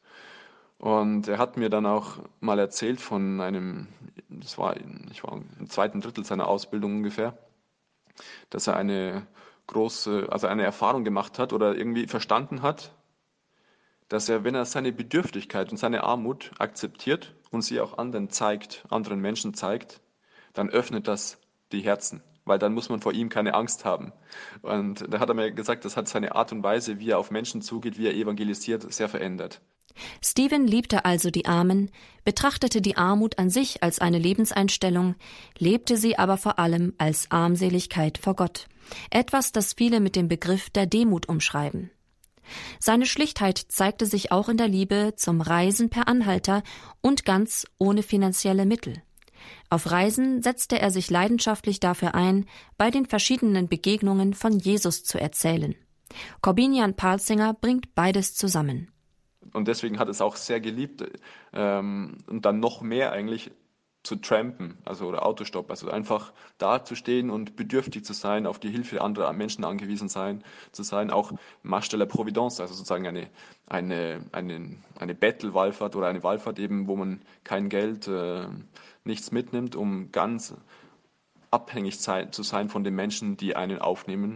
Und er hat mir dann auch mal erzählt von einem, das war, ich war im zweiten Drittel seiner Ausbildung ungefähr, dass er eine große, also eine Erfahrung gemacht hat oder irgendwie verstanden hat, dass er, wenn er seine Bedürftigkeit und seine Armut akzeptiert und sie auch anderen zeigt, anderen Menschen zeigt, dann öffnet das die Herzen, weil dann muss man vor ihm keine Angst haben. Und da hat er mir gesagt, das hat seine Art und Weise, wie er auf Menschen zugeht, wie er evangelisiert, sehr verändert. Stephen liebte also die Armen, betrachtete die Armut an sich als eine Lebenseinstellung, lebte sie aber vor allem als Armseligkeit vor Gott. Etwas, das viele mit dem Begriff der Demut umschreiben. Seine Schlichtheit zeigte sich auch in der Liebe zum Reisen per Anhalter und ganz ohne finanzielle Mittel. Auf Reisen setzte er sich leidenschaftlich dafür ein, bei den verschiedenen Begegnungen von Jesus zu erzählen. Korbinian Partzinger bringt beides zusammen. Und deswegen hat es auch sehr geliebt, ähm, und dann noch mehr eigentlich zu trampen, also oder Autostopp, also einfach da zu stehen und bedürftig zu sein, auf die Hilfe anderer Menschen angewiesen sein, zu sein, auch Marche de la Providence, also sozusagen eine, eine, eine, eine Bettelwallfahrt oder eine Wallfahrt eben, wo man kein Geld, äh, nichts mitnimmt, um ganz abhängig sei, zu sein von den Menschen, die einen aufnehmen.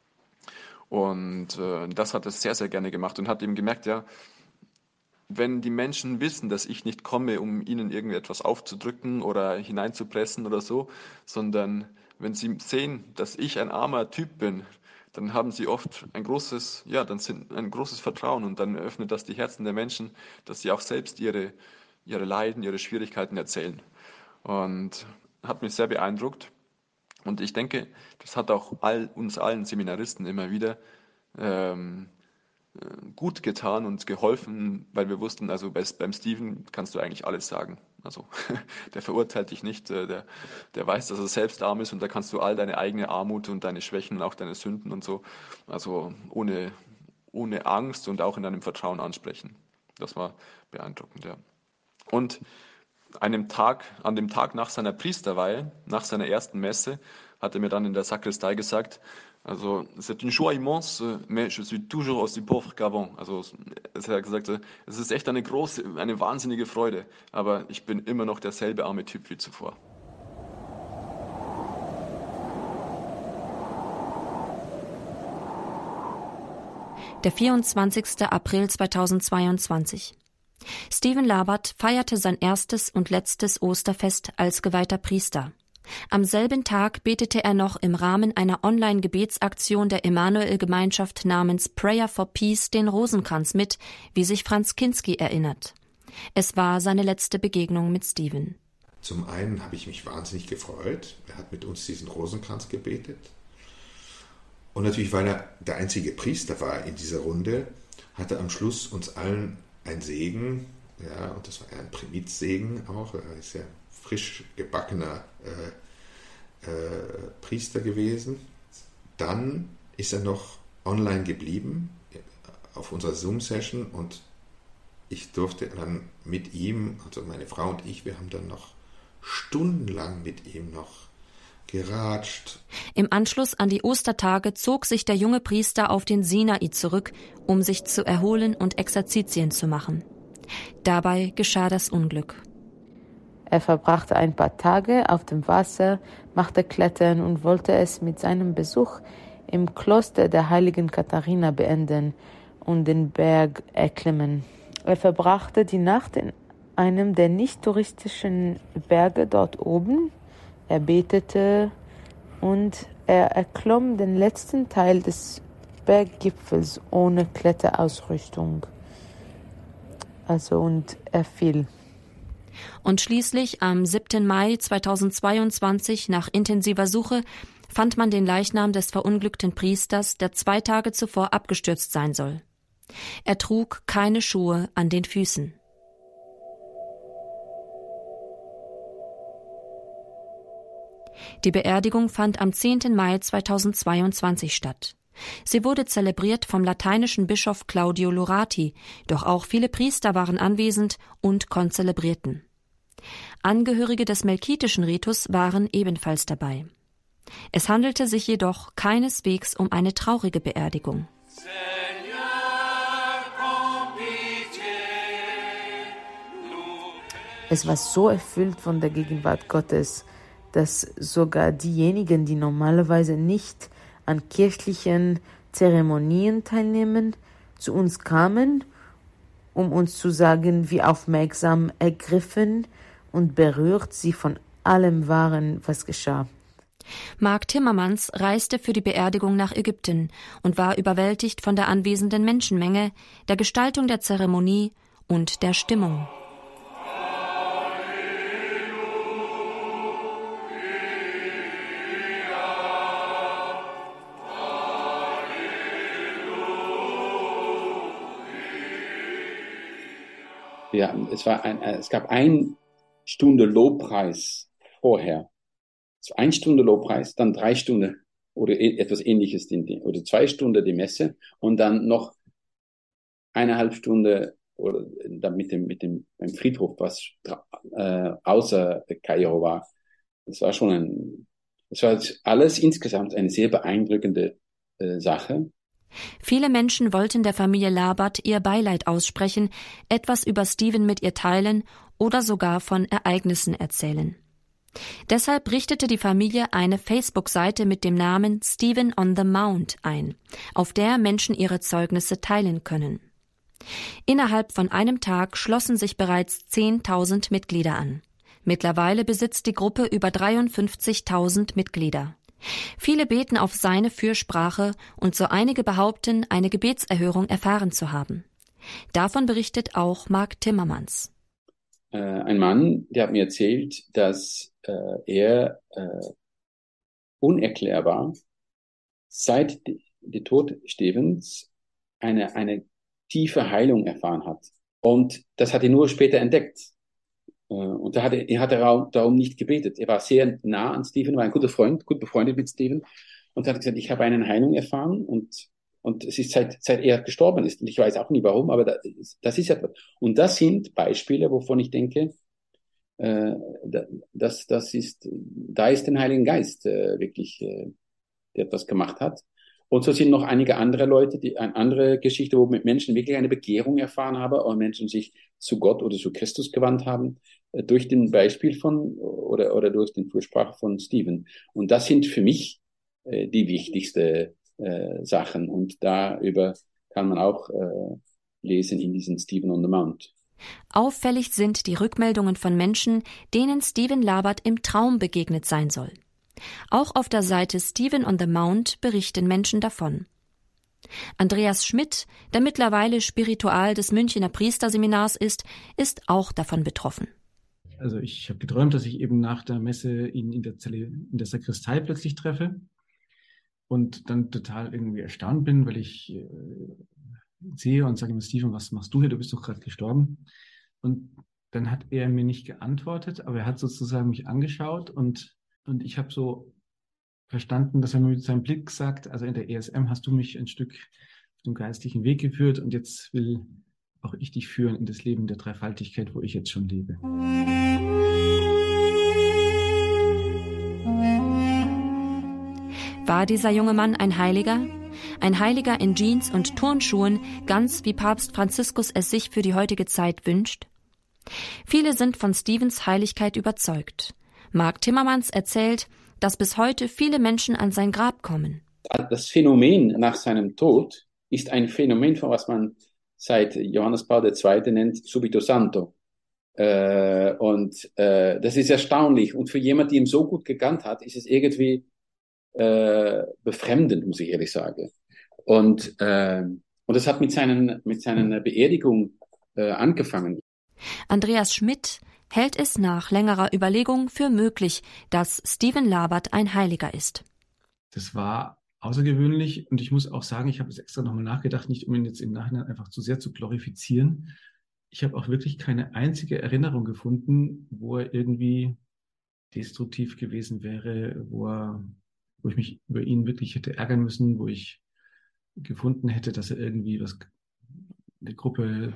Und äh, das hat er sehr, sehr gerne gemacht und hat eben gemerkt, ja, wenn die Menschen wissen, dass ich nicht komme, um ihnen irgendetwas aufzudrücken oder hineinzupressen oder so, sondern wenn sie sehen, dass ich ein armer Typ bin, dann haben sie oft ein großes, ja, dann sind ein großes Vertrauen und dann öffnet das die Herzen der Menschen, dass sie auch selbst ihre, ihre Leiden, ihre Schwierigkeiten erzählen. Und hat mich sehr beeindruckt. Und ich denke, das hat auch all, uns allen Seminaristen immer wieder ähm, gut getan und geholfen, weil wir wussten, also bei, beim Stephen kannst du eigentlich alles sagen. Also der verurteilt dich nicht, der, der weiß, dass er selbst arm ist und da kannst du all deine eigene Armut und deine Schwächen und auch deine Sünden und so, also ohne, ohne Angst und auch in deinem Vertrauen ansprechen. Das war beeindruckend, ja. Und einem Tag, an dem Tag nach seiner Priesterweihe, nach seiner ersten Messe, hat er mir dann in der Sakristei gesagt, also, c'est une joie immense, mais je suis toujours aussi pauvre qu'avant. Also, er hat gesagt, es ist echt eine große, eine wahnsinnige Freude, aber ich bin immer noch derselbe arme Typ wie zuvor. Der vierundzwanzigster April zweitausendzweiundzwanzig. Stephen Labat feierte sein erstes und letztes Osterfest als geweihter Priester. Am selben Tag betete er noch im Rahmen einer Online-Gebetsaktion der Emanuel-Gemeinschaft namens Prayer for Peace den Rosenkranz mit, wie sich Franz Kinski erinnert. Es war seine letzte Begegnung mit Stephen. Zum einen habe ich mich wahnsinnig gefreut. Er hat mit uns diesen Rosenkranz gebetet. Und natürlich, weil er der einzige Priester war in dieser Runde, hat er am Schluss uns allen ein Segen, ja, und das war ein Primizsegen auch, er ist ja frisch gebackener äh, äh, Priester gewesen. Dann ist er noch online geblieben auf unserer Zoom-Session und ich durfte dann mit ihm, also meine Frau und ich, wir haben dann noch stundenlang mit ihm noch geratscht. Im Anschluss an die Ostertage zog sich der junge Priester auf den Sinai zurück, um sich zu erholen und Exerzitien zu machen. Dabei geschah das Unglück. Er verbrachte ein paar Tage auf dem Wasser, machte Klettern und wollte es mit seinem Besuch im Kloster der heiligen Katharina beenden und den Berg erklimmen. Er verbrachte die Nacht in einem der nicht touristischen Berge dort oben. Er betete und er erklomm den letzten Teil des Berggipfels ohne Kletterausrüstung. Also und er fiel. Und schließlich am siebten Mai zweitausendzweiundzwanzig nach intensiver Suche fand man den Leichnam des verunglückten Priesters, der zwei Tage zuvor abgestürzt sein soll. Er trug keine Schuhe an den Füßen. Die Beerdigung fand am zehnten Mai zweitausendzweiundzwanzig statt. Sie wurde zelebriert vom lateinischen Bischof Claudio Lorati, doch auch viele Priester waren anwesend und konzelebrierten. Angehörige des melkitischen Ritus waren ebenfalls dabei. Es handelte sich jedoch keineswegs um eine traurige Beerdigung. Es war so erfüllt von der Gegenwart Gottes, dass sogar diejenigen, die normalerweise nicht an kirchlichen Zeremonien teilnehmen, zu uns kamen, um uns zu sagen, wie aufmerksam, ergriffen und berührt sie von allem waren, was geschah. Mark Timmermans reiste für die Beerdigung nach Ägypten und war überwältigt von der anwesenden Menschenmenge, der Gestaltung der Zeremonie und der Stimmung. Ja, es, war ein, es gab eine Stunde Lobpreis vorher. Es war eine Stunde Lobpreis, dann drei Stunden oder etwas Ähnliches, oder zwei Stunden die Messe und dann noch eineinhalb Stunden oder dann mit dem, mit dem beim Friedhof, was äh, außer Kairo war. Das war schon ein, das war alles insgesamt eine sehr beeindruckende äh, Sache. Viele Menschen wollten der Familie Labat ihr Beileid aussprechen, etwas über Stephen mit ihr teilen oder sogar von Ereignissen erzählen. Deshalb richtete die Familie eine Facebook-Seite mit dem Namen Stephen on the Mount ein, auf der Menschen ihre Zeugnisse teilen können. Innerhalb von einem Tag schlossen sich bereits zehntausend Mitglieder an. Mittlerweile besitzt die Gruppe über dreiundfünfzigtausend Mitglieder. Viele beten auf seine Fürsprache und so einige behaupten, eine Gebetserhörung erfahren zu haben. Davon berichtet auch Mark Timmermans. Äh, ein Mann, der hat mir erzählt, dass äh, er äh, unerklärbar seit dem Tod Stephens eine, eine tiefe Heilung erfahren hat. Und das hat er nur später entdeckt. Und da hat er, er hat er darum nicht gebetet. Er war sehr nah an Stephen, war ein guter Freund, gut befreundet mit Stephen und hat gesagt, ich habe eine Heilung erfahren und, und es ist seit, seit er gestorben ist. Und ich weiß auch nie warum, aber das, das ist etwas. Und das sind Beispiele, wovon ich denke, äh, das, das ist, da ist der Heilige Geist äh, wirklich, äh, der das gemacht hat. Und so sind noch einige andere Leute, die eine andere Geschichte, wo mit Menschen wirklich eine Bekehrung erfahren haben, oder Menschen sich zu Gott oder zu Christus gewandt haben, äh, durch den Beispiel von oder oder durch den Fürsprache von Stephen. Und das sind für mich äh, die wichtigsten äh, Sachen. Und darüber kann man auch äh, lesen in diesem Stephen on the Mount. Auffällig sind die Rückmeldungen von Menschen, denen Stephen Labert im Traum begegnet sein soll. Auch auf der Seite Stephen on the Mount berichten Menschen davon. Andreas Schmidt, der mittlerweile Spiritual des Münchener Priesterseminars ist, ist auch davon betroffen. Also ich habe geträumt, dass ich eben nach der Messe ihn in der Zelle, in der Sakristei plötzlich treffe und dann total irgendwie erstaunt bin, weil ich äh, sehe und sage ihm, Stephen, was machst du hier? Du bist doch gerade gestorben. Und dann hat er mir nicht geantwortet, aber er hat sozusagen mich angeschaut und, und ich habe so verstanden, dass er mir mit seinem Blick sagt, also in der E S M hast du mich ein Stück auf dem geistlichen Weg geführt und jetzt will auch ich dich führen in das Leben der Dreifaltigkeit, wo ich jetzt schon lebe. War dieser junge Mann ein Heiliger? Ein Heiliger in Jeans und Turnschuhen, ganz wie Papst Franziskus es sich für die heutige Zeit wünscht? Viele sind von Stephens Heiligkeit überzeugt. Mark Timmermans erzählt, dass bis heute viele Menschen an sein Grab kommen. Das Phänomen nach seinem Tod ist ein Phänomen, von was man seit Johannes Paul der Zweite nennt Subito Santo. Äh, und äh, das ist erstaunlich. Und für jemanden, der ihn so gut gekannt hat, ist es irgendwie äh, befremdend, muss ich ehrlich sagen. Und, äh, und das hat mit seinen, mit seiner Beerdigung äh, angefangen. Andreas Schmidt hält es nach längerer Überlegung für möglich, dass Stephen Labert ein Heiliger ist. Das war außergewöhnlich und ich muss auch sagen, ich habe es extra nochmal nachgedacht, nicht um ihn jetzt im Nachhinein einfach zu sehr zu glorifizieren. Ich habe auch wirklich keine einzige Erinnerung gefunden, wo er irgendwie destruktiv gewesen wäre, wo, er, wo ich mich über ihn wirklich hätte ärgern müssen, wo ich gefunden hätte, dass er irgendwie was der Gruppe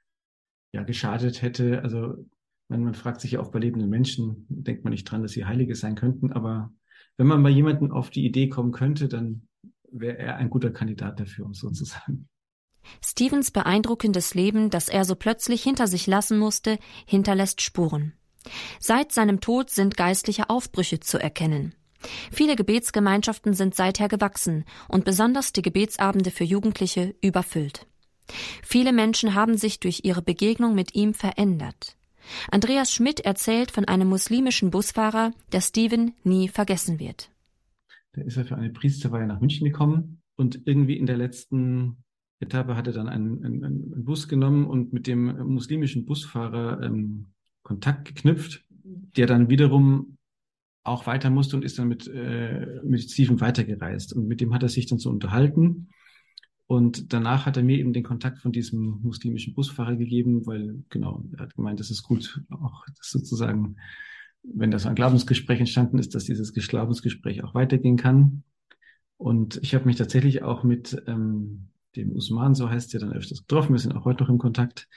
ja geschadet hätte. Also man, man fragt sich ja auch bei lebenden Menschen, denkt man nicht dran, dass sie Heilige sein könnten, aber wenn man bei jemandem auf die Idee kommen könnte, dann wäre er ein guter Kandidat dafür, um so zu sagen. Stephens beeindruckendes Leben, das er so plötzlich hinter sich lassen musste, hinterlässt Spuren. Seit seinem Tod sind geistliche Aufbrüche zu erkennen. Viele Gebetsgemeinschaften sind seither gewachsen und besonders die Gebetsabende für Jugendliche überfüllt. Viele Menschen haben sich durch ihre Begegnung mit ihm verändert. Andreas Schmidt erzählt von einem muslimischen Busfahrer, der Stephen nie vergessen wird. Da ist er für eine Priesterweihe nach München gekommen und irgendwie in der letzten Etappe hat er dann einen, einen, einen Bus genommen und mit dem muslimischen Busfahrer ähm, Kontakt geknüpft, der dann wiederum auch weiter musste und ist dann mit, äh, mit Stephen weitergereist. Und mit dem hat er sich dann so unterhalten. Und danach hat er mir eben den Kontakt von diesem muslimischen Busfahrer gegeben, weil, genau, er hat gemeint, das ist gut, auch das sozusagen, wenn da so ein Glaubensgespräch entstanden ist, dass dieses Glaubensgespräch auch weitergehen kann. Und ich habe mich tatsächlich auch mit ähm, dem Usman, so heißt er, dann öfters getroffen. Wir sind auch heute noch im Kontakt.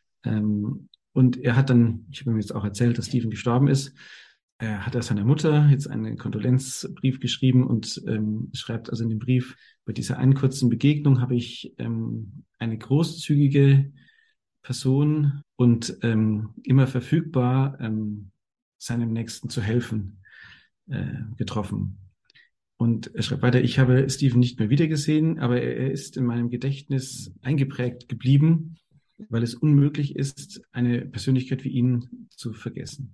Ähm, und er hat dann, ich habe ihm jetzt auch erzählt, dass Stephen gestorben ist. Er hat er seiner Mutter jetzt einen Kondolenzbrief geschrieben und ähm, schreibt also in dem Brief, bei dieser einen kurzen Begegnung habe ich ähm, eine großzügige Person und ähm, immer verfügbar, ähm, seinem Nächsten zu helfen, äh, getroffen. Und er schreibt weiter, ich habe Stephen nicht mehr wiedergesehen, aber er, er ist in meinem Gedächtnis eingeprägt geblieben, weil es unmöglich ist, eine Persönlichkeit wie ihn zu vergessen.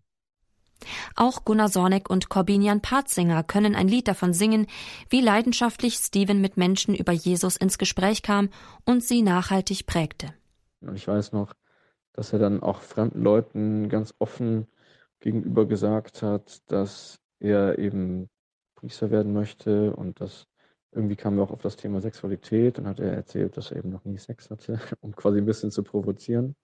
Auch Gunnar Sorneck und Corbinian Patzinger können ein Lied davon singen, wie leidenschaftlich Stephen mit Menschen über Jesus ins Gespräch kam und sie nachhaltig prägte. Ich weiß noch, dass er dann auch fremden Leuten ganz offen gegenüber gesagt hat, dass er eben Priester werden möchte und das irgendwie kamen wir auch auf das Thema Sexualität. Dann hat er erzählt, dass er eben noch nie Sex hatte, um quasi ein bisschen zu provozieren.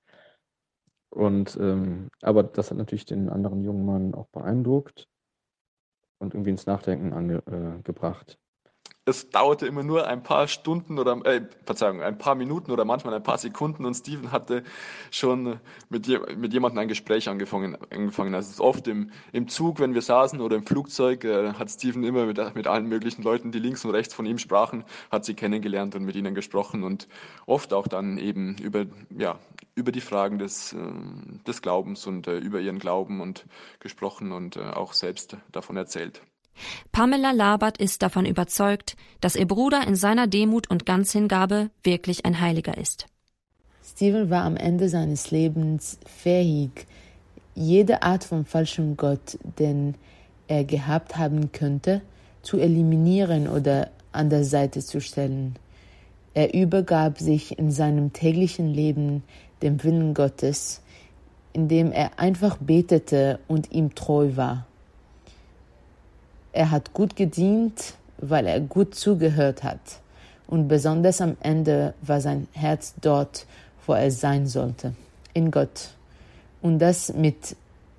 Und ähm, aber das hat natürlich den anderen jungen Mann auch beeindruckt und irgendwie ins Nachdenken angebracht. es dauerte immer nur ein paar Stunden oder, äh, Verzeihung, ein paar Minuten oder manchmal ein paar Sekunden und Stephen hatte schon mit, je, mit jemandem ein Gespräch angefangen. angefangen. Also es ist oft im, im Zug, wenn wir saßen oder im Flugzeug, äh, hat Stephen immer mit, mit allen möglichen Leuten, die links und rechts von ihm sprachen, hat sie kennengelernt und mit ihnen gesprochen und oft auch dann eben über, ja, über die Fragen des, äh, des Glaubens und äh, über ihren Glauben und gesprochen und äh, auch selbst davon erzählt. Pamela Labert ist davon überzeugt, dass ihr Bruder in seiner Demut und Ganzhingabe wirklich ein Heiliger ist. Stephen war am Ende seines Lebens fähig, jede Art von falschem Gott, den er gehabt haben könnte, zu eliminieren oder an der Seite zu stellen. Er übergab sich in seinem täglichen Leben dem Willen Gottes, indem er einfach betete und ihm treu war. Er hat gut gedient, weil er gut zugehört hat. Und besonders am Ende war sein Herz dort, wo er sein sollte, in Gott. Und das mit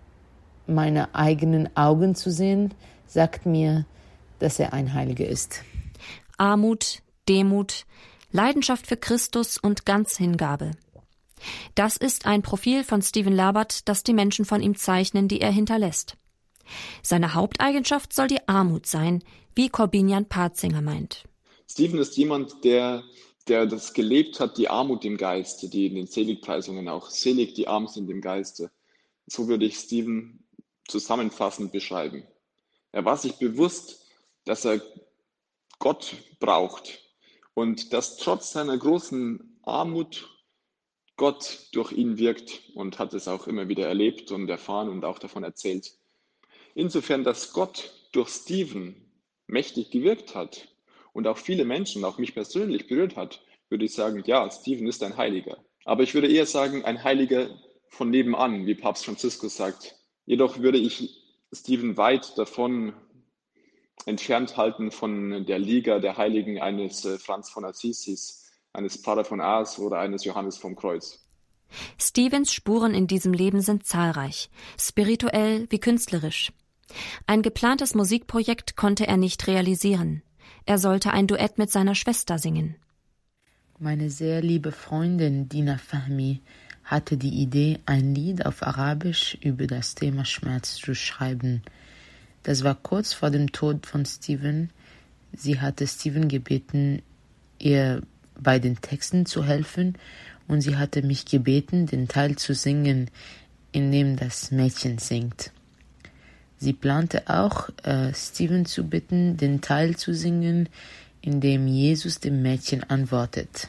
meinen eigenen Augen zu sehen, sagt mir, dass er ein Heiliger ist. Armut, Demut, Leidenschaft für Christus und Ganzhingabe. Das ist ein Profil von Stephen Labert, das die Menschen von ihm zeichnen, die er hinterlässt. Seine Haupteigenschaft soll die Armut sein, wie Corbinian Patzinger meint. Stephen ist jemand, der, der das gelebt hat, die Armut im Geiste, die in den Seligpreisungen auch selig, die arm sind im Geiste. So würde ich Stephen zusammenfassend beschreiben. Er war sich bewusst, dass er Gott braucht und dass trotz seiner großen Armut Gott durch ihn wirkt und hat es auch immer wieder erlebt und erfahren und auch davon erzählt. Insofern, dass Gott durch Stephen mächtig gewirkt hat und auch viele Menschen, auch mich persönlich berührt hat, würde ich sagen, ja, Stephen ist ein Heiliger. Aber ich würde eher sagen, ein Heiliger von nebenan, wie Papst Franziskus sagt. Jedoch würde ich Stephen weit davon entfernt halten von der Liga der Heiligen eines Franz von Assisis, eines Pater von Ars oder eines Johannes vom Kreuz. Stephens Spuren in diesem Leben sind zahlreich, spirituell wie künstlerisch. Ein geplantes Musikprojekt konnte er nicht realisieren. Er sollte ein Duett mit seiner Schwester singen. Meine sehr liebe Freundin Dina Fahmi hatte die Idee, ein Lied auf Arabisch über das Thema Schmerz zu schreiben. Das war kurz vor dem Tod von Stephen. Sie hatte Stephen gebeten, ihr bei den Texten zu helfen, und sie hatte mich gebeten, den Teil zu singen, in dem das Mädchen singt. Sie plante auch, äh, Stephen zu bitten, den Teil zu singen, in dem Jesus dem Mädchen antwortet.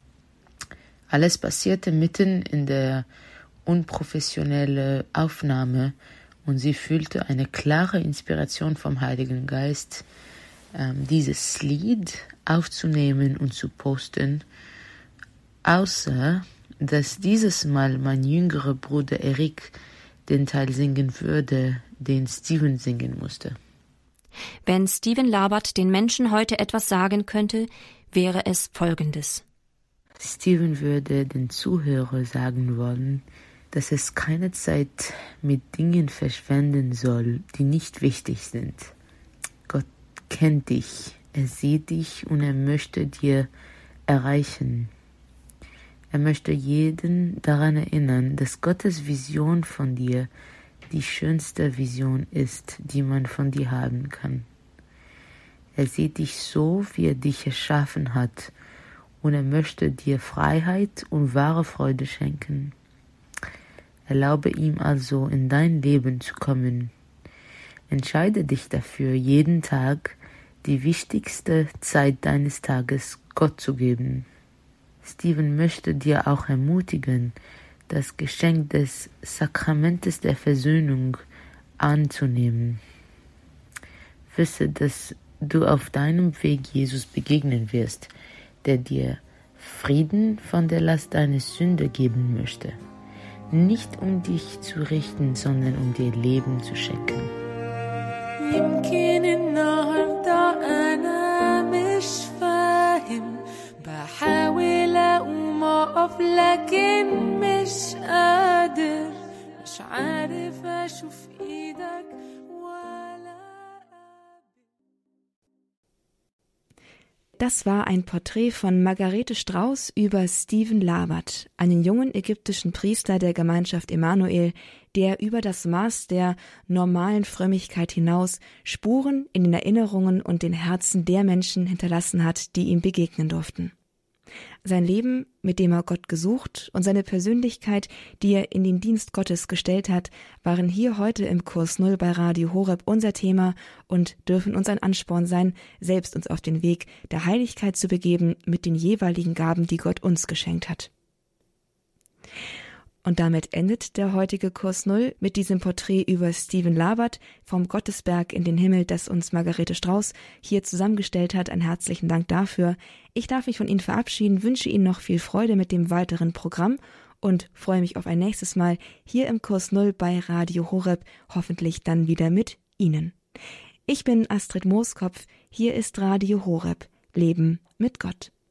Alles passierte mitten in der unprofessionellen Aufnahme und sie fühlte eine klare Inspiration vom Heiligen Geist, ähm, dieses Lied aufzunehmen und zu posten, außer dass dieses Mal mein jüngerer Bruder Eric den Teil singen würde, den Stephen singen musste. Wenn Stephen Labert den Menschen heute etwas sagen könnte, wäre es Folgendes. Stephen würde den Zuhörer sagen wollen, dass es keine Zeit mit Dingen verschwenden soll, die nicht wichtig sind. Gott kennt dich, er sieht dich und er möchte dir erreichen. Er möchte jeden daran erinnern, dass Gottes Vision von dir die schönste Vision ist, die man von dir haben kann. Er sieht dich so, wie er dich erschaffen hat, und er möchte dir Freiheit und wahre Freude schenken. Erlaube ihm also, in dein Leben zu kommen. Entscheide dich dafür, jeden Tag die wichtigste Zeit deines Tages Gott zu geben. Stephen möchte dir auch ermutigen, das Geschenk des Sakramentes der Versöhnung anzunehmen. Wisse, dass du auf deinem Weg Jesus begegnen wirst, der dir Frieden von der Last deiner Sünde geben möchte. Nicht um dich zu richten, sondern um dir Leben zu schenken. يمكن النهاردة أنا مش فاهم بحاول أقوم أقف لكن مش قادر مش عارف أشوف إيدك ولا. Das war ein Porträt von Margarete Strauß über Stephen Labert, einen jungen ägyptischen Priester der Gemeinschaft Emanuel, der über das Maß der normalen Frömmigkeit hinaus Spuren in den Erinnerungen und den Herzen der Menschen hinterlassen hat, die ihm begegnen durften. Sein Leben, mit dem er Gott gesucht, und seine Persönlichkeit, die er in den Dienst Gottes gestellt hat, waren hier heute im Kurs Null bei Radio Horeb unser Thema und dürfen uns ein Ansporn sein, selbst uns auf den Weg der Heiligkeit zu begeben mit den jeweiligen Gaben, die Gott uns geschenkt hat. Und damit endet der heutige Kurs Null mit diesem Porträt über Stephen Labert vom Gottesberg in den Himmel, das uns Margarete Strauß hier zusammengestellt hat. Einen herzlichen Dank dafür. Ich darf mich von Ihnen verabschieden, wünsche Ihnen noch viel Freude mit dem weiteren Programm und freue mich auf ein nächstes Mal hier im Kurs Null bei Radio Horeb, hoffentlich dann wieder mit Ihnen. Ich bin Astrid Mooskopf, hier ist Radio Horeb, Leben mit Gott.